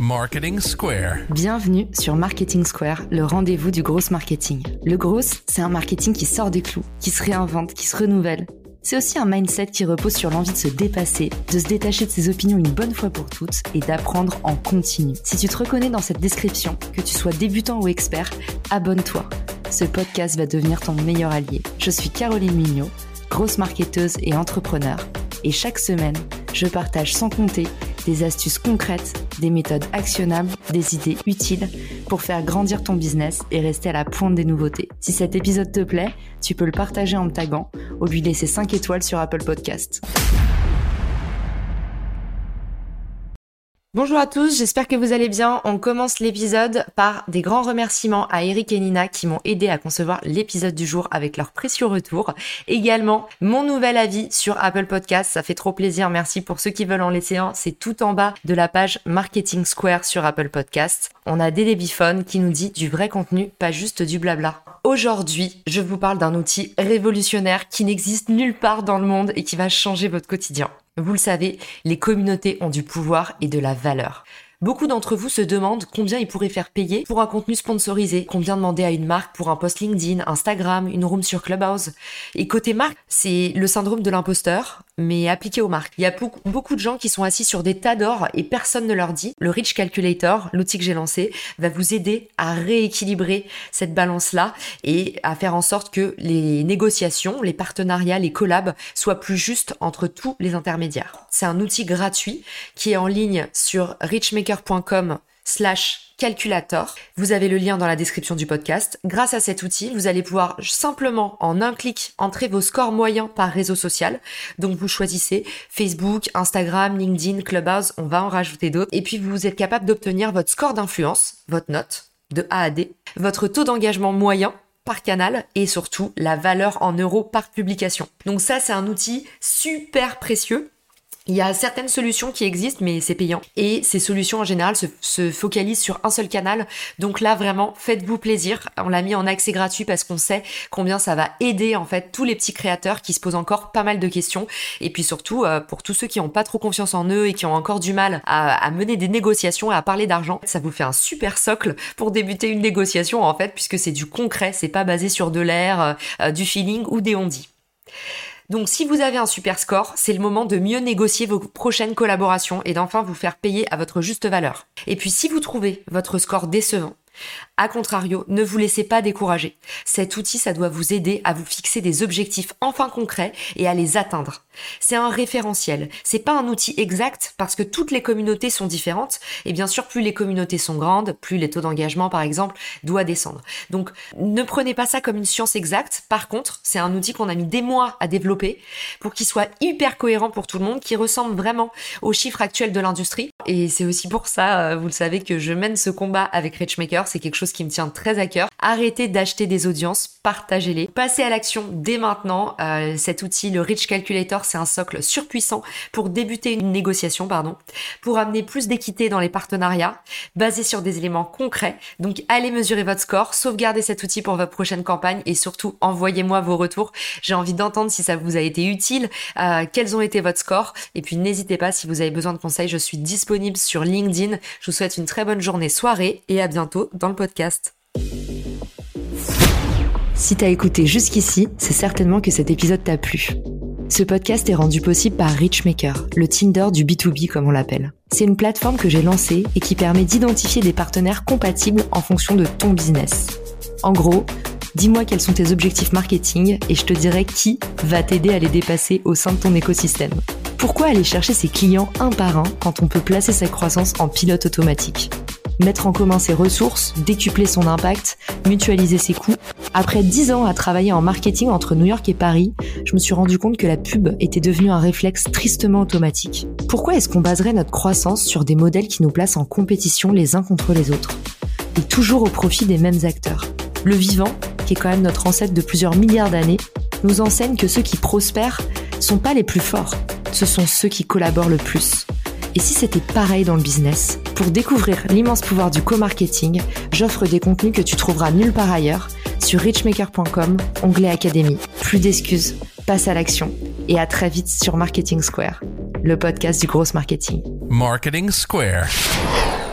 Marketing Square. Bienvenue sur Marketing Square, le rendez-vous du gros marketing. Le gros, c'est un marketing qui sort des clous, qui se réinvente, qui se renouvelle. C'est aussi un mindset qui repose sur l'envie de se dépasser, de se détacher de ses opinions une bonne fois pour toutes et d'apprendre en continu. Si tu te reconnais dans cette description, que tu sois débutant ou expert, abonne-toi. Ce podcast va devenir ton meilleur allié. Je suis Caroline Mignot, grosse marketeuse et entrepreneur. Et chaque semaine, je partage sans compter des astuces concrètes, des méthodes actionnables, des idées utiles pour faire grandir ton business et rester à la pointe des nouveautés. Si cet épisode te plaît, tu peux le partager en me taguant ou lui laisser 5 étoiles sur Apple Podcast. Bonjour à tous, j'espère que vous allez bien. On commence l'épisode par des grands remerciements à Eric et Nina qui m'ont aidé à concevoir l'épisode du jour avec leur précieux retour. Également, mon nouvel avis sur Apple Podcast, ça fait trop plaisir. Merci pour ceux qui veulent en laisser un. C'est tout en bas de la page Marketing Square sur Apple Podcast. On a Dédé Biphone qui nous dit du vrai contenu, pas juste du blabla. Aujourd'hui, je vous parle d'un outil révolutionnaire qui n'existe nulle part dans le monde et qui va changer votre quotidien. Vous le savez, les communautés ont du pouvoir et de la valeur. Beaucoup d'entre vous se demandent combien ils pourraient faire payer pour un contenu sponsorisé, combien demander à une marque pour un post LinkedIn, Instagram, une room sur Clubhouse. Et côté marque, c'est le syndrome de l'imposteur, mais appliqué aux marques. Il y a beaucoup de gens qui sont assis sur des tas d'or et personne ne leur dit. Le Rich Calculator, l'outil que j'ai lancé, va vous aider à rééquilibrer cette balance-là et à faire en sorte que les négociations, les partenariats, les collabs soient plus justes entre tous les intermédiaires. C'est un outil gratuit qui est en ligne sur richmaker.com/calculator. Vous avez le lien dans la description du podcast. Grâce à cet outil, vous allez pouvoir simplement, en un clic, entrer vos scores moyens par réseau social. Donc vous choisissez Facebook, Instagram, LinkedIn, Clubhouse, on va en rajouter d'autres. Et puis vous êtes capable d'obtenir votre score d'influence, votre note, de A à D, votre taux d'engagement moyen par canal et surtout la valeur en euros par publication. Donc ça, c'est un outil super précieux. Il y a certaines solutions qui existent, mais c'est payant. Et ces solutions, en général, se focalisent sur un seul canal. Donc là, vraiment, faites-vous plaisir. On l'a mis en accès gratuit parce qu'on sait combien ça va aider, en fait, tous les petits créateurs qui se posent encore pas mal de questions. Et puis surtout, pour tous ceux qui n'ont pas trop confiance en eux et qui ont encore du mal à mener des négociations et à parler d'argent, ça vous fait un super socle pour débuter une négociation, en fait, puisque c'est du concret. C'est pas basé sur de l'air, du feeling ou des on-dit. Donc si vous avez un super score, c'est le moment de mieux négocier vos prochaines collaborations et d'enfin vous faire payer à votre juste valeur. Et puis si vous trouvez votre score décevant, à contrario, ne vous laissez pas décourager. Cet outil, ça doit vous aider à vous fixer des objectifs enfin concrets et à les atteindre. C'est un référentiel. C'est pas un outil exact parce que toutes les communautés sont différentes et bien sûr, plus les communautés sont grandes, plus les taux d'engagement, par exemple, doivent descendre. Donc, ne prenez pas ça comme une science exacte. Par contre, c'est un outil qu'on a mis des mois à développer pour qu'il soit hyper cohérent pour tout le monde, qui ressemble vraiment aux chiffres actuels de l'industrie. Et c'est aussi pour ça, vous le savez, que je mène ce combat avec Richmaker. C'est quelque chose qui me tient très à cœur. Arrêtez d'acheter des audiences, partagez-les. Passez à l'action dès maintenant. Cet outil, le Rich Calculator, c'est un socle surpuissant pour débuter une négociation, pour amener plus d'équité dans les partenariats, basé sur des éléments concrets. Donc, allez mesurer votre score, sauvegardez cet outil pour votre prochaine campagne et surtout, envoyez-moi vos retours. J'ai envie d'entendre si ça vous a été utile, quels ont été votre score. Et puis, n'hésitez pas, si vous avez besoin de conseils, je suis disponible sur LinkedIn. Je vous souhaite une très bonne journée, soirée et à bientôt dans le podcast. Si t'as écouté jusqu'ici, c'est certainement que cet épisode t'a plu. Ce podcast est rendu possible par Richmaker, le Tinder du B2B comme on l'appelle. C'est une plateforme que j'ai lancée et qui permet d'identifier des partenaires compatibles en fonction de ton business. En gros, dis-moi quels sont tes objectifs marketing et je te dirai qui va t'aider à les dépasser au sein de ton écosystème. Pourquoi aller chercher ses clients un par un quand on peut placer sa croissance en pilote automatique ? Mettre en commun ses ressources, décupler son impact, mutualiser ses coûts. Après 10 ans à travailler en marketing entre New York et Paris, je me suis rendu compte que la pub était devenue un réflexe tristement automatique. Pourquoi est-ce qu'on baserait notre croissance sur des modèles qui nous placent en compétition les uns contre les autres ? Et toujours au profit des mêmes acteurs. Le vivant, qui est quand même notre ancêtre de plusieurs milliards d'années, nous enseigne que ceux qui prospèrent sont pas les plus forts, ce sont ceux qui collaborent le plus. Et si c'était pareil dans le business ? Pour découvrir l'immense pouvoir du co-marketing, j'offre des contenus que tu trouveras nulle part ailleurs sur richmaker.com, onglet Académie. Plus d'excuses, passe à l'action et à très vite sur Marketing Square, le podcast du gros marketing. Marketing Square.